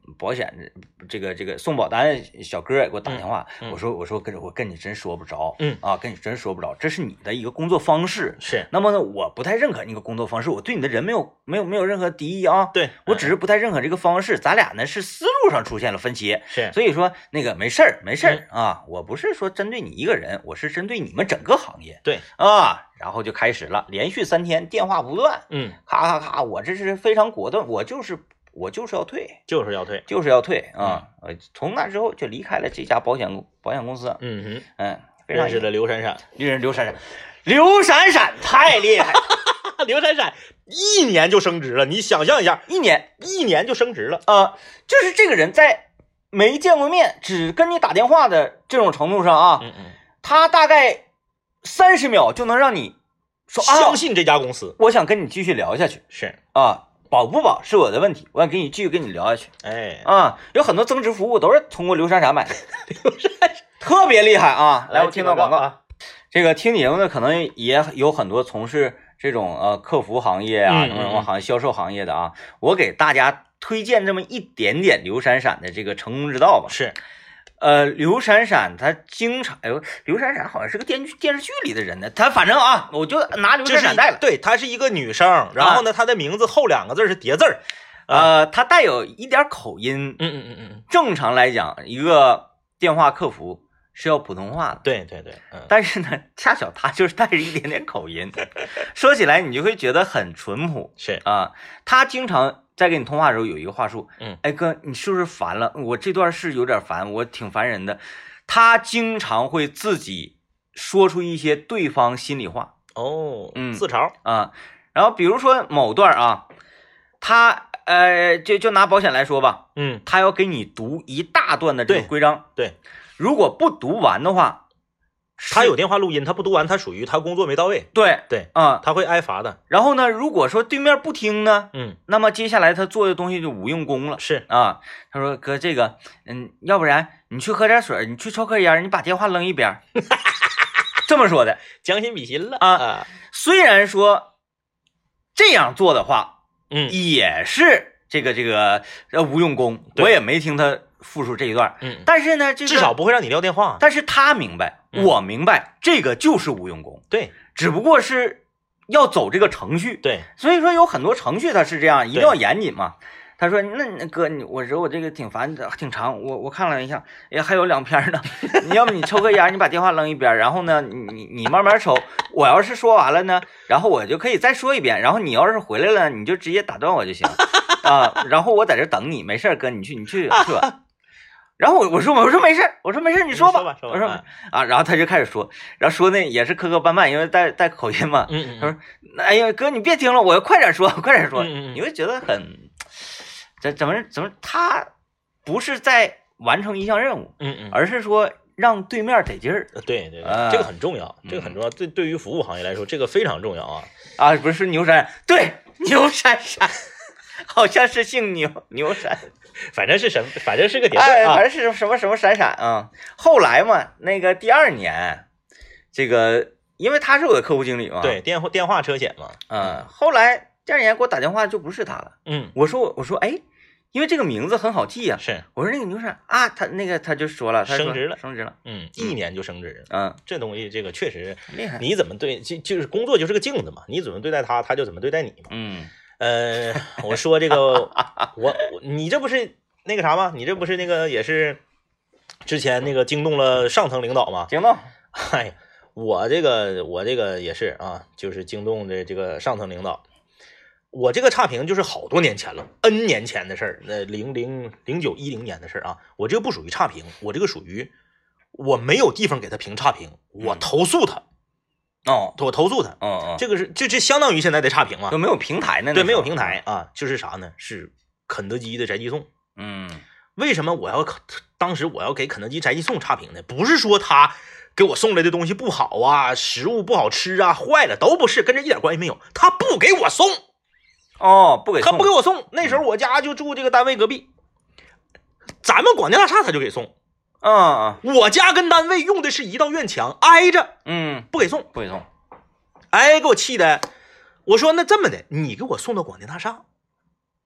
保险这个这个送保单小哥也给我打电话， 嗯嗯、 我说我说跟我跟你真说不着， 嗯啊，跟你真说不着，这是你的一个工作方式， 是。 那么呢，我不太认可那个工作方式，我对你的人没有没有没有任何敌意啊， 对， 我只是不太认可这个方式，咱俩呢是思路上出现了分歧， 是。 所以说那个没事儿没事儿、嗯、啊，我不是说针对你一个人，我是针对你们整个行业， 对啊，然后就开始了，连续三天电话不断， 嗯， 咔咔咔，我这是非常果断，我就是我就是要退， 就是要退， 就是要退啊！呃、嗯，从那之后就离开了这家保险保险公司。 嗯哼， 嗯， 认识了刘闪闪， 认识刘闪闪，刘闪闪太厉害， 刘闪闪一年就升职了，你想象一下， 一年一年就升职了啊、呃！就是这个人在没见过面，只跟你打电话的这种程度上啊， 嗯嗯， 他大概三十秒就能让你说相信这家公司、 啊，我想跟你继续聊下去。 是啊。保不保是我的问题，我想跟你继续跟你聊下去。 哎， 啊，有很多增值服务都是通过刘闪闪买的，刘闪闪特别厉害啊！来，我听到广告啊。这个听节目的可能也有很多从事这种呃客服行业啊，什么什么行业、销售行业的啊。我给大家推荐这么一点点刘闪闪的这个成功之道吧。 是。 呃，刘闪闪他经常，哎呦，刘闪闪好像是个电电视剧里的人呢。他反正啊，我就拿刘闪闪带了。 对，她是一个女生，然后呢，她、啊、的名字后两个字是叠字儿， 呃，她带有一点口音。 嗯嗯嗯嗯。 正常来讲，一个电话客服是要普通话的。 对对对。嗯。 但是呢，恰巧她就是带着一点点口音，说起来你就会觉得很淳朴。 是啊，她经常在跟你通话的时候有一个话术， 嗯， 哎哥，你是不是烦了？我这段是有点烦，我挺烦人的。他经常会自己说出一些对方心里话， 哦， 嗯， 自嘲啊。然后比如说某段啊，他呃，就就拿保险来说吧， 嗯， 他要给你读一大段的这个规章， 对，对， 如果不读完的话。 他有电话录音，他不读完，他属于他工作没到位。 对对啊， 他会挨罚的。 然后呢，如果说对面不听呢， 嗯， 那么接下来他做的东西就无用功了。 是啊，他说哥，这个，嗯，要不然你去喝点水，你去抽根烟，你把电话扔一边。这么说的， 将心比心了啊。啊虽然说这样做的话， 嗯， 也是这个这个呃无用功，我也没听他复述这一段， 嗯， 但是呢，这个至少不会让你撂电话。 但是他明白， 嗯、 我明白，这个就是无用功， 对， 只不过是要走这个程序， 对， 所以说有很多程序它是这样，一定要严谨嘛。他说：“那那哥，你我说我这个挺烦，挺长，我我看了一下，也还有两篇呢。你要不你抽个烟，你把电话扔一边，然后呢，你你你慢慢抽。我要是说完了呢，然后我就可以再说一遍。然后你要是回来了，你就直接打断我就行啊。然后我在这等你，没事哥，你去你去去吧。然后我我说我说没事我说没事你说吧， 说吧说吧我说啊，然后他就开始说，然后说那也是磕磕绊绊，因为带带口音嘛。 嗯嗯。 他说：哎呀哥，你别听了，我要快点说，快点说。 嗯嗯。 你会觉得很。”怎怎么怎么他不是在完成一项任务， 嗯嗯， 而是说让对面得劲儿。 对对对， 啊、 这个很重要，这个很重要。对、嗯、对于服务行业来说，这个非常重要啊啊！不是牛闪，对牛闪闪，好像是姓牛牛闪， 反正是什么，反正是个点、 哎， 啊， 反正是什么什么闪闪啊。后来嘛，那个第二年，这个因为他是我的客户经理嘛， 对电话电话车险嘛， 嗯，后来。第二年给我打电话就不是他了， 嗯， 我说我说哎，因为这个名字很好记呀、啊， 是， 我说那个牛闪啊，他那个他就说了，他说升职了， 升职了， 嗯，一年就升职， 嗯， 这东西这个确实厉害， 你怎么对就就是工作就是个镜子嘛，你怎么对待他，他就怎么对待你嘛， 嗯， 呃，我说这个我我你这不是那个啥吗？你这不是那个也是之前那个惊动了上层领导吗？ 惊动， 哎，我这个我这个也是啊，就是惊动的这个上层领导。我这个差评就是好多年前了 ，N 年前的事儿，那零零零九一零年的事儿啊。我这个不属于差评，我这个属于我没有地方给他评差评，我投诉他。 哦， 我投诉他。 嗯嗯， 这个是这这相当于现在的差评啊， 就没有平台呢。 对，没有平台啊，就是啥呢？是肯德基的宅急送。 嗯， 为什么我要当时我要给肯德基宅急送差评呢？不是说他给我送来的东西不好啊，食物不好吃啊，坏了都不是，跟这一点关系没有。他不给我送。 哦，不给送， 他不给我送。那时候我家就住这个单位隔壁，咱们广电大厦他就给送。 嗯， 我家跟单位用的是一道院墙，挨着， 嗯， 不给送， 不给送。 哎，给我气的。我说那这么的，你给我送到广电大厦，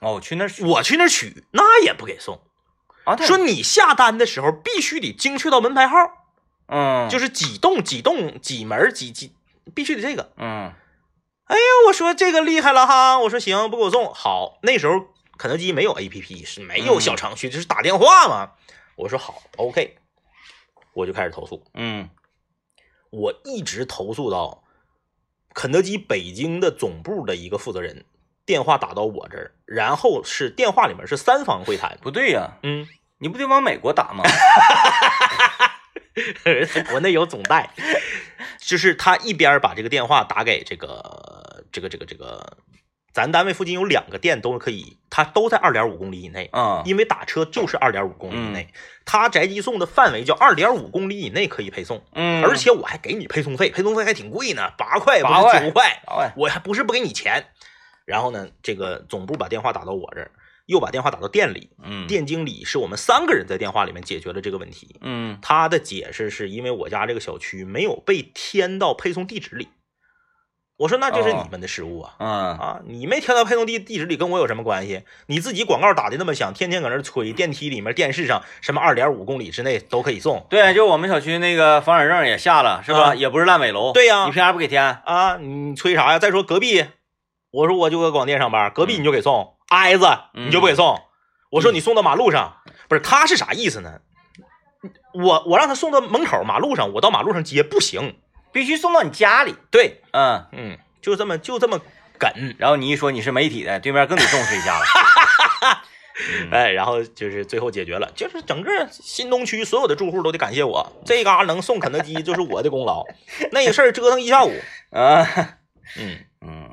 哦，去那儿我去那儿取，那也不给送。 啊， 说你下单的时候必须得精确到门牌号， 嗯， 就是几栋几栋几门几几，必须得这个。 嗯， 哎呀，我说这个厉害了哈，我说行，不给我送好。那时候肯德基没有 A P P， 是没有小程序，就是打电话嘛。我说好 ，OK， 我就开始投诉。 嗯， 我一直投诉到肯德基北京的总部的一个负责人电话打到我这儿，然后是电话里面是三方会谈。 不对呀， 嗯， 你不得往美国打吗？ 国内有总代，就是他一边把这个电话打给这个这个这个这个，咱单位附近有两个店都可以，他都在二点五公里以内啊， 因为打车就是二点五公里以内，他宅急送的范围叫二点五公里以内可以配送， 嗯， 而且我还给你配送费，配送费还挺贵呢，八块八块九块， 八块， 我还不是不给你钱。然后呢，这个总部把电话打到我这儿，又把电话打到店里， 嗯， 店经理是我们三个人在电话里面解决了这个问题， 嗯， 他的解释是因为我家这个小区没有被填到配送地址里。我说那就是你们的失误啊， 嗯啊，你没填到配送地地址里跟我有什么关系？你自己广告打的那么响，天天搁那吹，电梯里面、电视上什么二点五公里之内都可以送。 对，就我们小区那个房产证也下了，是吧？ 啊、 也不是烂尾楼。 对呀、啊， 你凭啥不给填啊？你吹啥呀？再说隔壁，我说我就搁广电上班，隔壁你就给送，嗯、挨子你就不给送。嗯、我说你送到马路上，不是他是啥意思呢？我我让他送到门口马路上，我到马路上接不行， 必须送到你家里。 对， 嗯嗯。就这么就这么梗， 然后你一说你是媒体的，对面更得重视一下了。 嗯、哎，然后就是最后解决了，就是整个新东区所有的住户都得感谢我，这嘎能送肯德基就是我的功劳。那个事儿折腾一下午啊， 嗯嗯，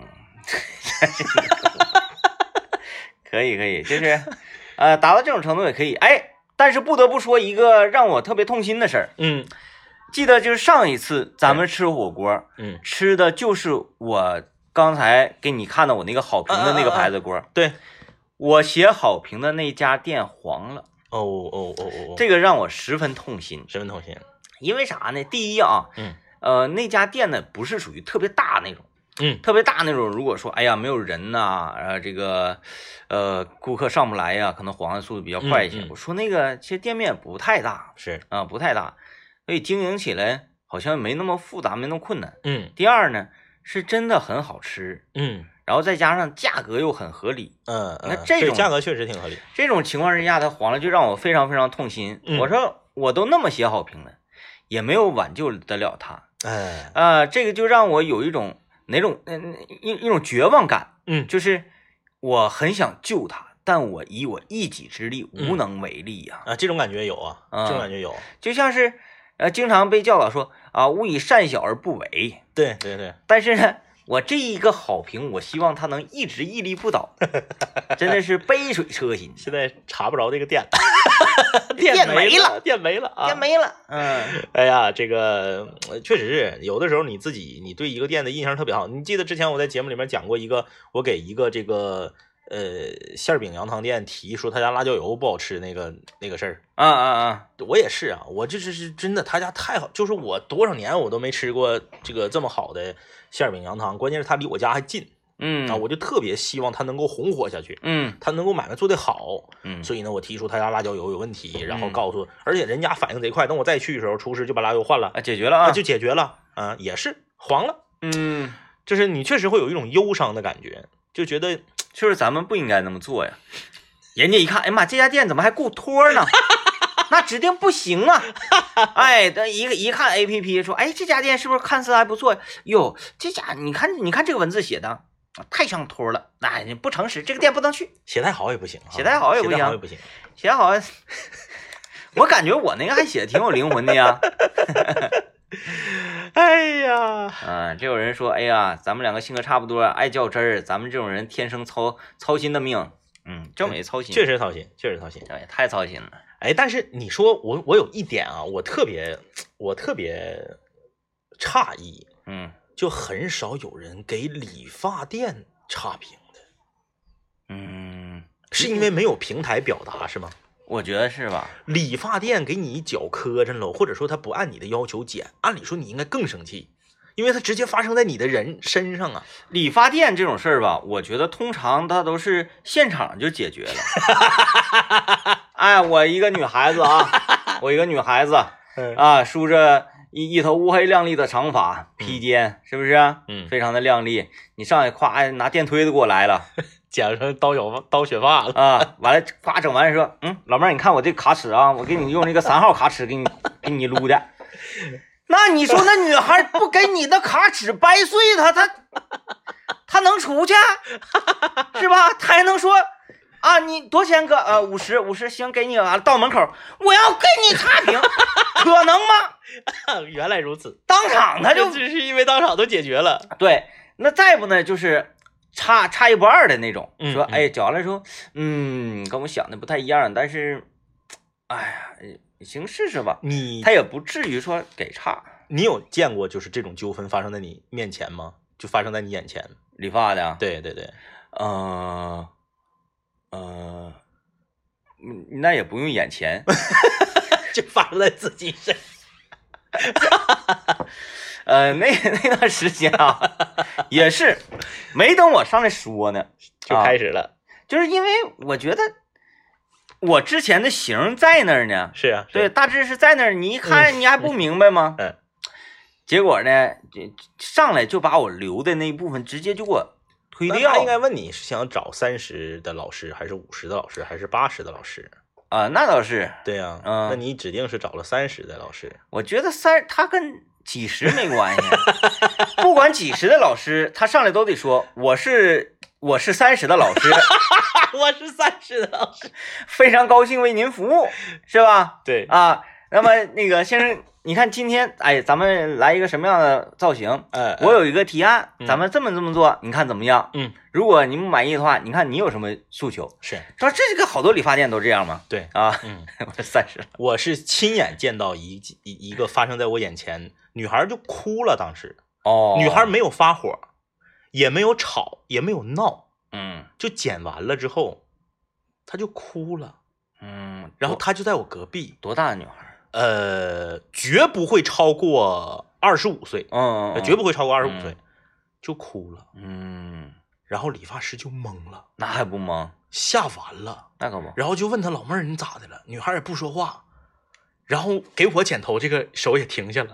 可以可以，就是呃达到这种程度也可以。哎，但是不得不说一个让我特别痛心的事儿， 嗯。 记得就是上一次咱们吃火锅， 嗯， 吃的就是我刚才给你看到我那个好评的那个牌子锅， 啊啊啊对， 我写好评的那家店黄了， 哦哦哦哦， 这个让我十分痛心， 十分痛心。 因为啥呢？第一啊， 嗯， 呃，那家店呢不是属于特别大那种， 嗯， 特别大那种。如果说哎呀没有人呐，呃，这个呃顾客上不来呀，可能黄的速度比较快一些。 嗯嗯、 我说那个其实店面不太大， 是啊、呃，不太大。所以经营起来好像没那么复杂，没那么困难。 嗯。 第二呢，是真的很好吃。 嗯。 然后再加上价格又很合理。 嗯。 那这种价格确实挺合理。 这种情况之下，它黄了，就让我非常非常痛心。 嗯、 我说我都那么写好评了，也没有挽救得了它。 哎。 啊、呃，这个就让我有一种哪种嗯、呃、一一种绝望感。 嗯。 就是我很想救它。但我以我一己之力无能为力呀、 啊！啊，这种感觉有啊， 嗯、 这种感觉有， 就像是。呃，经常被教导说啊，勿以善小而不为。 对对对。 但是呢，我这一个好评，我希望它能一直屹立不倒，真的是杯水车薪。 现在查不着这个店， 店没了， 店没了啊， 店没了。嗯， 哎呀，这个确实是有的时候你自己，你对一个店的印象特别好。你记得之前我在节目里面讲过一个，我给一个这个。呃，馅饼羊汤店提说他家辣椒油不好吃那个那个事儿， 啊啊啊！ 我也是啊，我这是是真的，他家太好，就是我多少年我都没吃过这个这么好的馅饼羊汤，关键是他离我家还近， 嗯啊，我就特别希望他能够红火下去， 嗯， 他能够买卖做得好， 嗯， 所以呢，我提出他家辣椒油有问题，然后告诉，嗯、而且人家反应贼快，等我再去的时候，厨师就把辣椒油换了， 啊，解决了啊， 就解决了，啊，也是黄了， 嗯， 就是你确实会有一种忧伤的感觉，就觉得。 就是咱们不应该那么做呀！人家一看，哎呀妈，这家店怎么还雇托呢？那指定不行啊！哎，等一个一看 A P P 说，哎，这家店是不是看似还不错？哟，这家你看，你看这个文字写的太像托了，哎，你不诚实，这个店不能去。 写太好也不行， 写太好也不行， 写太好也不行， 写好，我感觉我那个还写的挺有灵魂的呀。 哎呀， 啊，这有人说，哎呀，咱们两个性格差不多，爱较真儿，咱们这种人天生操操心的命。嗯，郑伟操心， 确实操心，确实操心， 哎，太操心了。 哎，但是你说我，我有一点啊，我特别，我特别诧异， 嗯， 就很少有人给理发店差评的。 嗯， 是因为没有平台表达是吗？ 我觉得是吧？ 理发店给你脚磕碜了，或者说他不按你的要求剪，按理说你应该更生气， 因为它直接发生在你的人身上啊。 理发店这种事儿吧，我觉得通常它都是现场就解决了。哎，我一个女孩子啊，我一个女孩子啊，梳着一一头乌黑亮丽的长发，披肩，是不是？ 嗯， 非常的亮丽。你上去夸，哎，拿电推子给我来了， 剪成刀小刀雪发了啊！完了，夸整完说，嗯，老妹儿，你看我这卡尺啊，我给你用那个三号卡尺给你给你撸的。那你说那女孩不给你的卡尺掰碎她，她她能出去是吧？她还能说啊，你多少钱哥？呃，五十五十，行，给你啊。到门口我要给你差评，可能吗？ 原来如此， 当场他就只是因为当场都解决了。 对，那再不呢就是差差一不二的那种， 嗯、 说哎，讲完了说，嗯，跟我想的不太一样，但是，哎呀。行，试试吧。 你他也不至于说给差。 你有见过就是这种纠纷发生在你面前吗？就发生在你眼前？ 理发的？ 对对对。 呃呃，那也不用眼前， 就发生在自己身上。 呃，那那段时间啊，也是没等我上来说呢， 就开始了。 啊、就是因为我觉得。我之前的型在那儿呢， 是啊， 对，大致是在那儿，你一看你还不明白吗？ 嗯， 结果呢，上来就把我留的那一部分直接就给我推掉。 他应该问你是想找三十的老师，还是五十的老师，还是八十的老师啊、呃？那倒是， 对呀、啊， 嗯， 那你指定是找了三十的老师。 我觉得三他跟几十没关系，不管几十的老师，他上来都得说我是我是三十的老师。 我是三十的老师， 非常高兴为您服务，是吧？ 对啊，那么那个先生，你看今天，哎，咱们来一个什么样的造型？ 呃， 我有一个提案， 嗯、 咱们这么这么做，你看怎么样？ 嗯， 如果您不满意的话，你看你有什么诉求？ 是， 说这个好多理发店都这样吗？ 对啊， 嗯， 我是三十， 我是亲眼见到一一一个发生在我眼前，女孩就哭了，当时哦， 女孩没有发火，也没有吵，也没有闹。 嗯， 就剪完了之后，他就哭了， 嗯， 然后他就在我隔壁。 多大的女孩？ 呃，绝不会超过二十五岁， 嗯，嗯绝不会超过二十五岁，就哭了， 嗯， 然后理发师就懵了， 那还不懵？ 吓完了， 那可不。 然后就问他老妹儿你咋的了？女孩也不说话，然后给我剪头，这个手也停下了，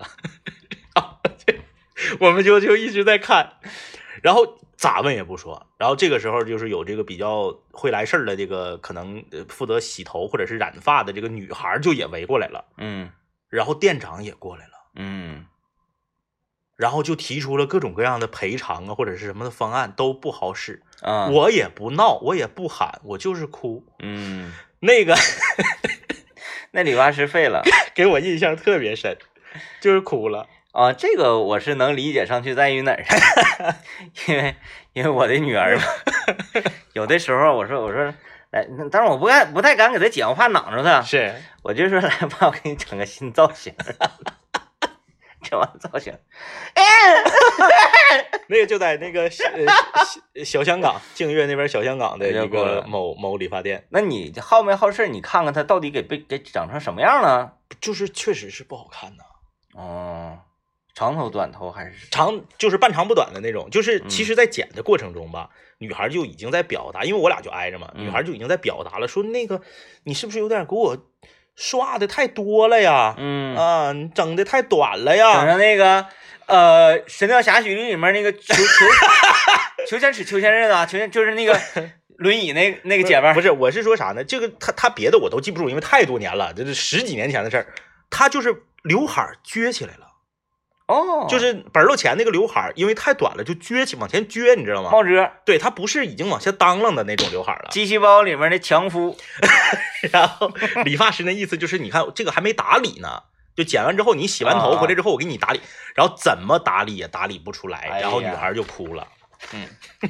我们就就一直在看，然后。咋问也不说，然后这个时候就是有这个比较会来事儿的这个可能负责洗头或者是染发的这个女孩就也围过来了， 嗯， 然后店长也过来了， 嗯， 然后就提出了各种各样的赔偿啊或者是什么的方案都不好使啊， 我也不闹，我也不喊，我就是哭， 嗯， 那个那理发师废了， 给我印象特别深，就是哭了。 啊，这个我是能理解上去，在于哪儿？因为因为我的女儿嘛，有的时候我说我说来，但是我不敢不太敢给她剪，我怕挡着她。 是， 我就说来吧，我给你整个新造型，整完造型，哎， 那个就在那个小小香港净月那边小香港的一个某某理发店。 那你好没好事？你看看他到底给被给整成什么样了？ 就是确实是不好看呐。 哦。长头短头还是长，就是半长不短的那种。就是其实，在剪的过程中吧，嗯、女孩就已经在表达，因为我俩就挨着嘛， 嗯、 女孩就已经在表达了，说那个你是不是有点给我刷的太多了呀？ 嗯啊，你整的太短了呀。 整成那个呃《神雕侠侣》里面那个裘裘裘千尺裘千仞啊，裘就是那个轮椅那那个姐们儿。 不是，我是说啥呢？这个他他别的我都记不住，因为太多年了，这是十几年前的事儿。他就是刘海撅起来了。 哦， 就是本儿前那个刘海，因为太短了，就撅起往前撅，你知道吗？ 帽遮。 对，它不是已经往下当啷的那种刘海了。 机器包里面的强夫。 然后理发师的意思就是，你看这个还没打理呢，就剪完之后你洗完头回来之后，我给你打理，然后怎么打理也打理不出来， 哎、 然后女孩就哭了。 嗯。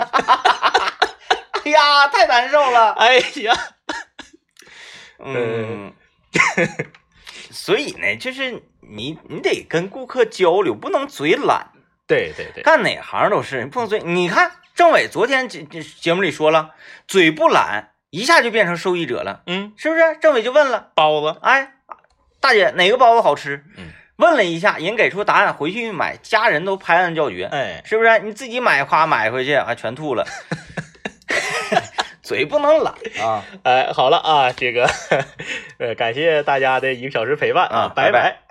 哎呀，太难受了。 哎呀。 嗯。所以呢，就是你你得跟顾客交流，不能嘴懒。 对对对， 干哪行都是，你不能嘴。你看政委昨天这这节目里说了，嘴不懒，一下就变成受益者了。 嗯， 是不是？政委就问了， 包子， 哎，大姐哪个包子好吃？ 嗯， 问了一下，人给出答案，回去买，家人都拍案叫绝， 哎， 是不是？你自己买，夸买回去还全吐了，嘴不能懒啊！ 哎，好了啊，这个呃，感谢大家的一个小时陪伴啊， 啊拜拜拜拜。